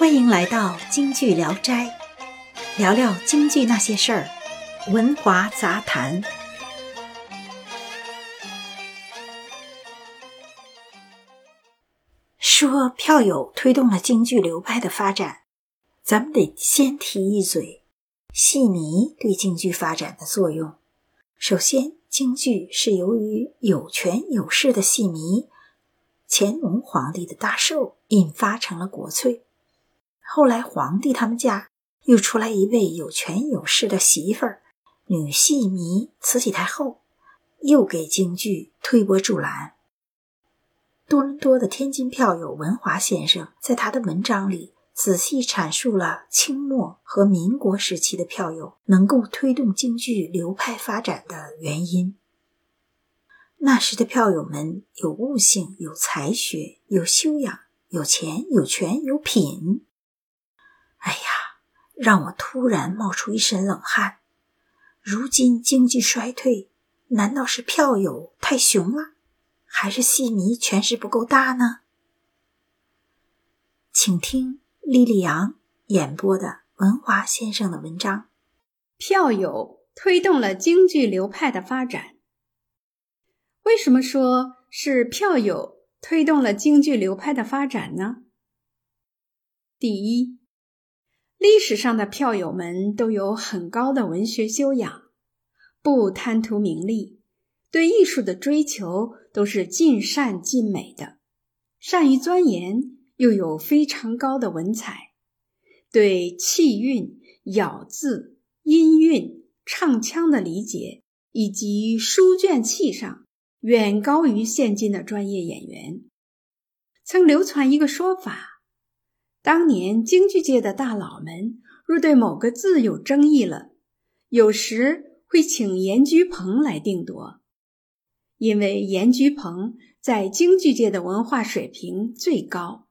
欢迎来到京剧聊斋，聊聊京剧那些事儿，文华杂谈。说票友推动了京剧流派的发展，咱们得先提一嘴戏迷对京剧发展的作用。首先，京剧是由于有权有势的戏迷，乾隆皇帝的大寿引发成了国粹。后来皇帝他们家又出来一位有权有势的媳妇儿，女戏迷慈禧太后，又给京剧推波助澜。多伦多的天津票友文华先生在他的文章里仔细阐述了清末和民国时期的票友能够推动京剧流派发展的原因。那时的票友们有悟性，有才学，有修养，有钱，有权，有品。哎呀，让我突然冒出一身冷汗。如今经济衰退，难道是票友太穷了，还是戏迷权势不够大呢？请听莉莉杨演播的文华先生的文章。 票友推动了京剧流派的发展。为什么说是票友推动了京剧流派的发展呢？第一，历史上的票友们都有很高的文学修养，不贪图名利，对艺术的追求都是尽善尽美的，善于钻研，又有非常高的文采，对气韵、咬字、音韵、唱腔的理解以及书卷气上远高于现今的专业演员。曾流传一个说法，当年京剧界的大佬们若对某个字有争议了，有时会请严居鹏来定夺，因为严居鹏在京剧界的文化水平最高。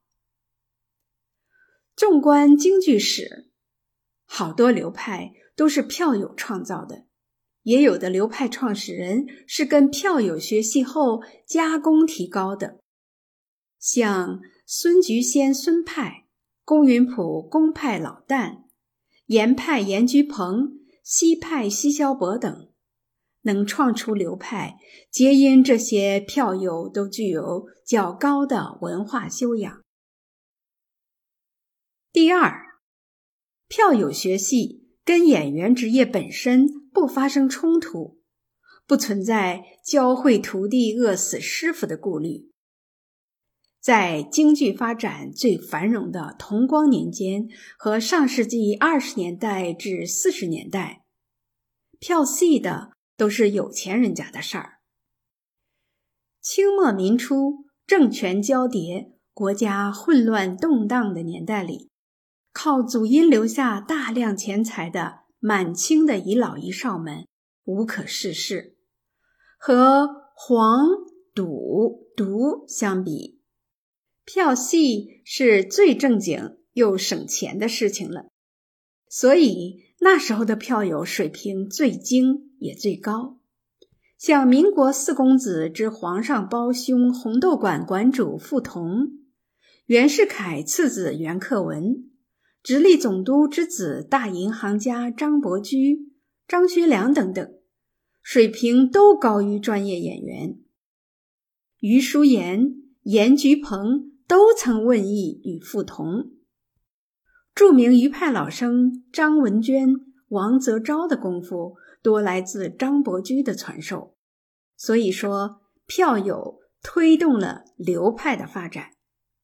纵观京剧史，好多流派都是票友创造的，也有的流派创始人是跟票友学戏后加工提高的，像孙菊仙孙派、龚云普龚派老旦、严派严居鹏、西派奚萧伯等，能创出流派，皆因这些票友都具有较高的文化修养。第二，票友学戏跟演员职业本身不发生冲突，不存在教会徒弟饿死师傅的顾虑。在京剧发展最繁荣的同光年间和上世纪20年代至40年代，票戏的都是有钱人家的事儿。清末民初，政权交叠，国家混乱动荡的年代里，靠祖荫留下大量钱财的满清的遗老遗少们无可事事，和黄、赌、毒相比，票戏是最正经又省钱的事情了，所以那时候的票友水平最精也最高。像民国四公子之皇上胞兄红豆馆馆主傅彤，袁世凯次子袁克文，直隶总督之子大银行家张伯驹、张学良等等，水平都高于专业演员。余叔岩、严菊鹏都曾问艺与傅彤。著名余派老生张文娟、王泽昭的功夫多来自张伯驹的传授，所以说票友推动了流派的发展。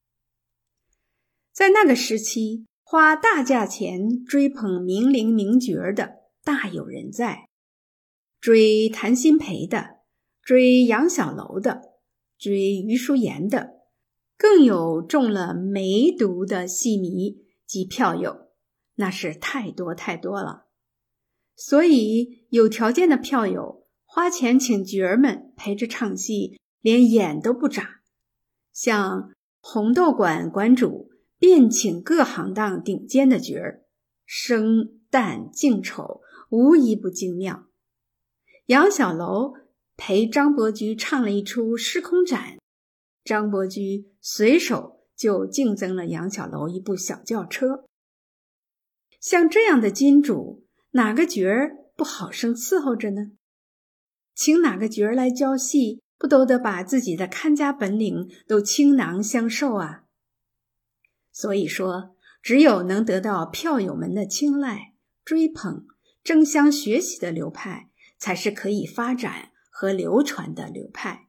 在那个时期，花大价钱追捧名伶名角的大有人在，追谭鑫培的，追杨小楼的，追余叔岩的，更有中了梅毒的戏迷及票友，那是太多太多了。所以有条件的票友花钱请角儿们陪着唱戏，连眼都不眨。像红豆馆馆主便请各行当顶尖的角儿，生旦净丑无一不精妙。杨小楼陪张伯驹唱了一出《失空斩》，张伯驹随手就竞争了杨小楼一部小轿车。像这样的金主，哪个角儿不好生伺候着呢？请哪个角儿来教戏，不都得把自己的看家本领都倾囊相授啊？所以说，只有能得到票友们的青睐、追捧、争相学习的流派，才是可以发展和流传的流派。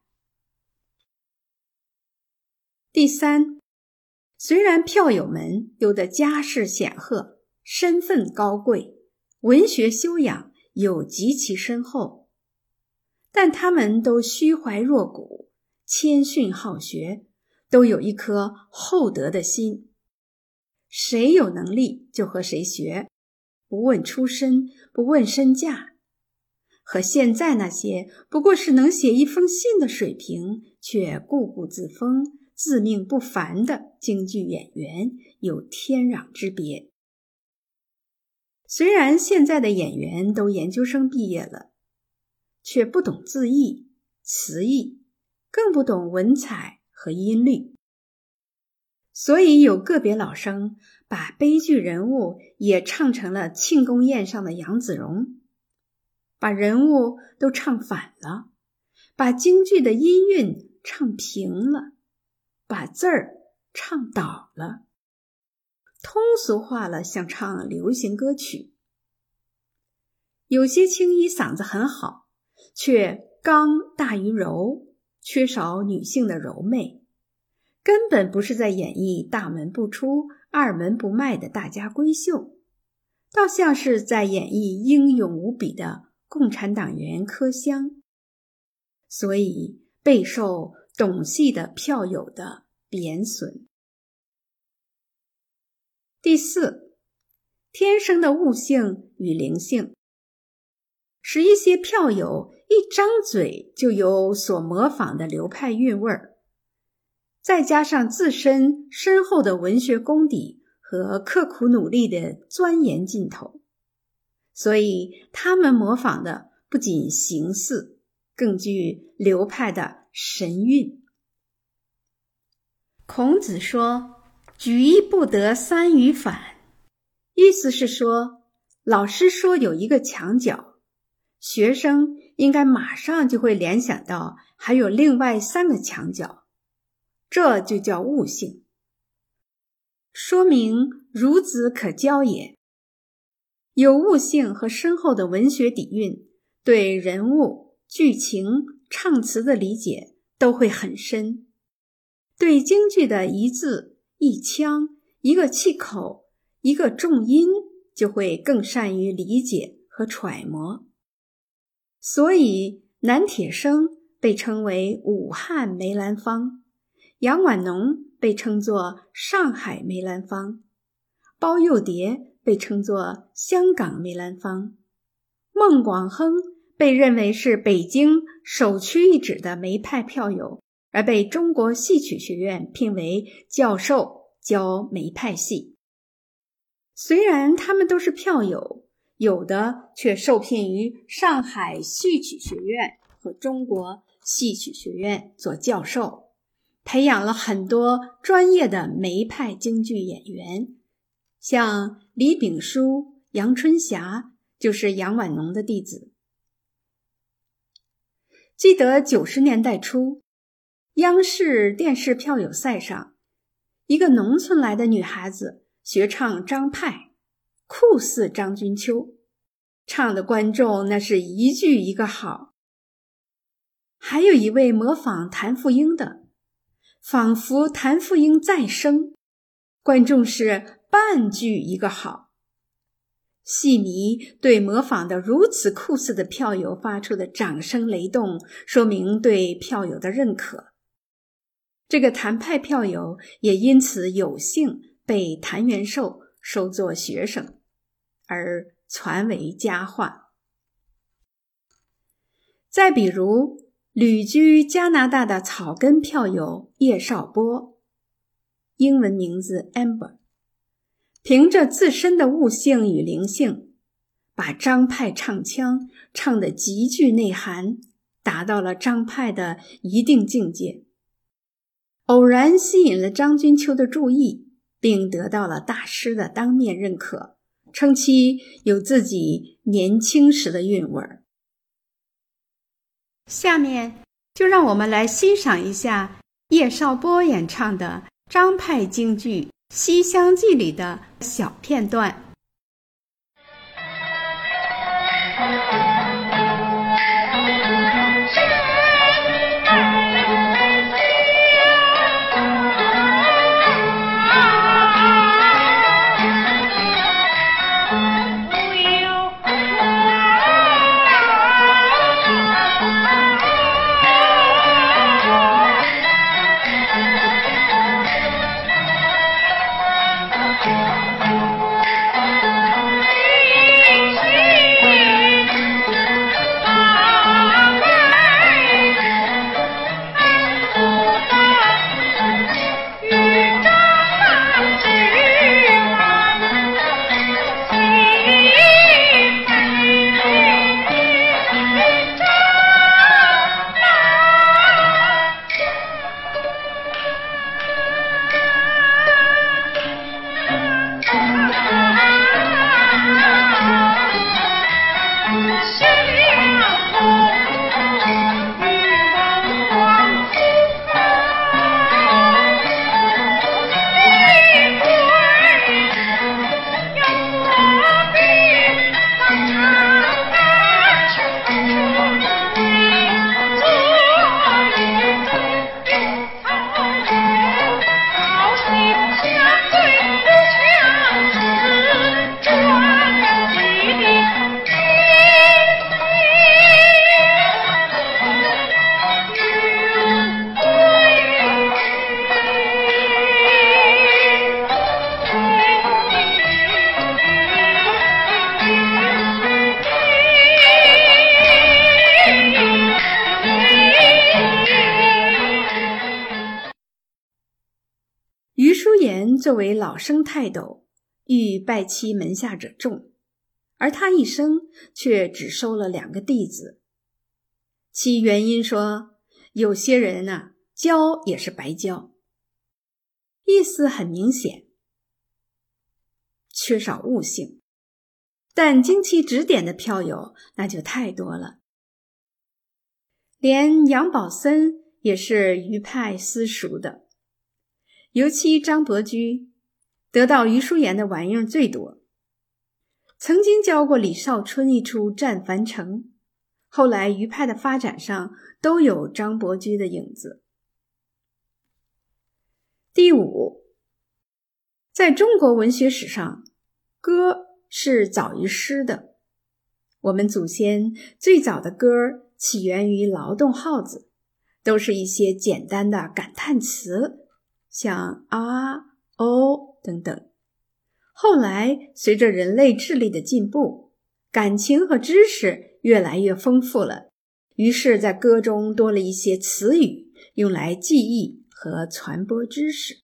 第三，虽然票友们有的家世显赫，身份高贵，文学修养又极其深厚，但他们都虚怀若谷，谦逊好学，都有一颗厚德的心。谁有能力就和谁学，不问出身，不问身价。和现在那些不过是能写一封信的水平，却固步自封、自命不凡的京剧演员有天壤之别。虽然现在的演员都研究生毕业了，却不懂字义、词义，更不懂文采和音律。所以有个别老生把悲剧人物也唱成了庆功宴上的杨子荣，把人物都唱反了，把京剧的音韵唱平了，把字儿唱倒了，通俗化了，像唱流行歌曲。有些青衣嗓子很好，却刚大于柔，缺少女性的柔媚，根本不是在演绎大门不出、二门不迈的大家闺秀，倒像是在演绎英勇无比的共产党员柯湘，所以备受懂戏的票友的贬损。第四，天生的悟性与灵性，使一些票友一张嘴就有所模仿的流派韵味儿，再加上自身深厚的文学功底和刻苦努力的钻研劲头，所以他们模仿的不仅形似，更具流派的神韵。孔子说，举一不得三语反，意思是说，老师说有一个墙角，学生应该马上就会联想到还有另外3个墙角，这就叫悟性，说明孺子可教也。有悟性和深厚的文学底蕴，对人物、剧情、唱词的理解都会很深，对京剧的一字、一腔、一个气口、一个重音就会更善于理解和揣摩。所以南铁生被称为武汉梅兰芳，杨婉农被称作上海梅兰芳，包幼蝶被称作香港梅兰芳，孟广亨被认为是北京首屈一指的梅派票友，而被中国戏曲学院聘为教授教梅派戏。虽然他们都是票友，有的却受聘于上海戏曲学院和中国戏曲学院做教授，培养了很多专业的梅派京剧演员，像李炳书、杨春霞就是杨婉农的弟子。记得90年代初，央视电视票友赛上，一个农村来的女孩子学唱张派，酷似张君秋，唱的观众那是一句一个好。还有一位模仿谭富英的，仿佛谭富英再生，观众是半句一个好。戏迷对模仿的如此酷似的票友发出的掌声雷动，说明对票友的认可。这个谭派票友也因此有幸被谭元寿收作学生，而传为佳话。再比如旅居加拿大的草根票友叶绍波，英文名字 Amber， 凭着自身的悟性与灵性，把张派唱腔唱得极具内涵，达到了张派的一定境界。 偶然吸引了张君秋的注意，并得到了大师的当面认可，称其有自己年轻时的韵味儿。下面就让我们来欣赏一下叶绍波演唱的张派京剧《西厢记》里的小片段。余叔岩作为老生泰斗，欲拜其门下者众，而他一生却只收了2个弟子。其原因说，有些人教也是白教，意思很明显，缺少悟性。但经其指点的票友那就太多了，连杨宝森也是余派私塾的。尤其张伯驹得到余叔岩的玩意儿最多，曾经教过李少春一出《战樊城》，后来余派的发展上都有张伯驹的影子。第5，在中国文学史上，歌是早于诗的。我们祖先最早的歌起源于劳动号子，都是一些简单的感叹词，像啊、哦等等。后来随着人类智力的进步，感情和知识越来越丰富了，于是在歌中多了一些词语，用来记忆和传播知识。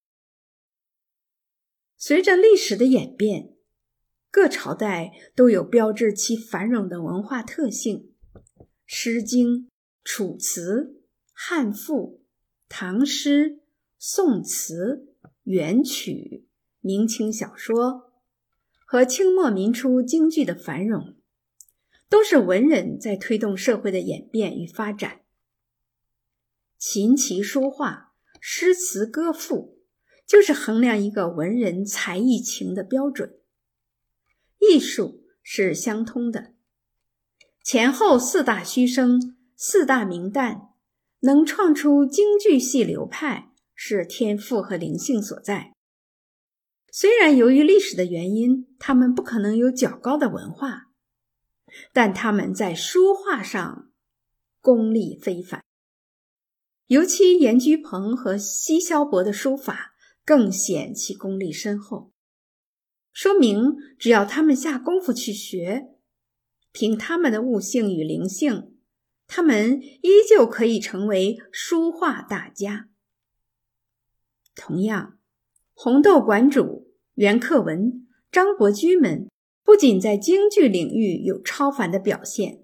随着历史的演变，各朝代都有标志其繁荣的文化特性。诗经、楚辞、汉赋、唐诗、宋词、元曲、明清小说和清末民初京剧的繁荣，都是文人在推动社会的演变与发展。琴棋书画、诗词歌赋，就是衡量一个文人才艺情的标准。艺术是相通的，前后4大须生、4大名旦，能创出京剧系流派，是天赋和灵性所在。虽然由于历史的原因，他们不可能有较高的文化，但他们在书画上功力非凡。尤其严居鹏和奚萧伯的书法更显其功力深厚，说明只要他们下功夫去学，凭他们的悟性与灵性，他们依旧可以成为书画大家。同样，红豆馆主、袁克文、张伯驹们不仅在京剧领域有超凡的表现，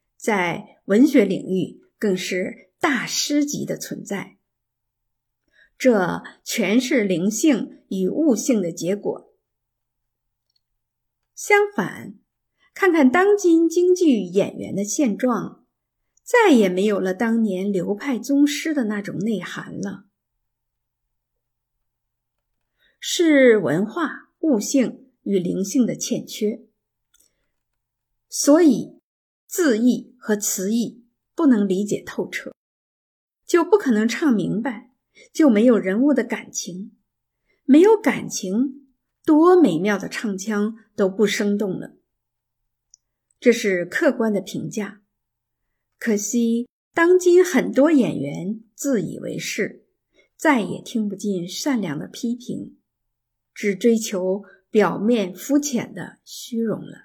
在文学领域更是大师级的存在。 这全是灵性与悟性的结果。相反，看看当今京剧演员的现状，再也没有了当年流派宗师的那种内涵了。是文化、悟性与灵性的欠缺，所以字义和词义不能理解透彻，就不可能唱明白，就没有人物的感情，没有感情，多美妙的唱腔都不生动了。这是客观的评价。可惜当今很多演员自以为是，再也听不进善良的批评，只追求表面肤浅的虚荣了。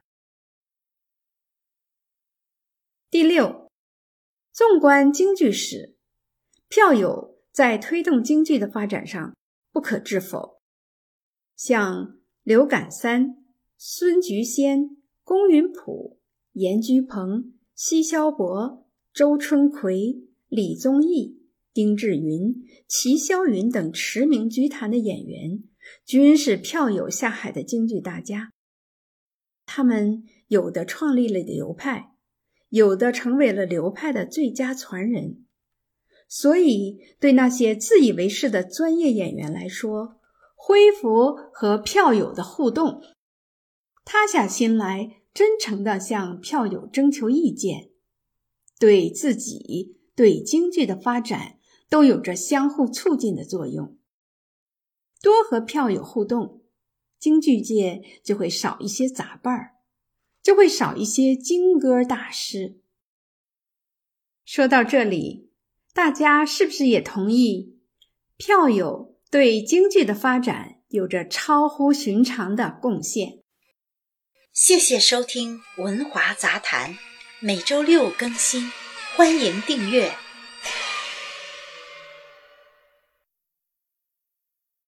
第六，纵观京剧史，票友在推动京剧的发展上不可置否。像刘感三、孙菊仙、龚云普、严居鹏、奚萧伯、周春葵、李宗义、丁志云、齐霄云等驰名剧坛的演员，均是票友下海的京剧大家。他们有的创立了流派，有的成为了流派的最佳传人。所以对那些自以为是的专业演员来说，恢复和票友的互动，塌下心来真诚地向票友征求意见，对自己对京剧的发展都有着相互促进的作用。多和票友互动，京剧界就会少一些杂伴儿，就会少一些京歌大师。说到这里，大家是不是也同意，票友对京剧的发展有着超乎寻常的贡献？ 谢谢收听文华杂谈，每周六更新，欢迎订阅。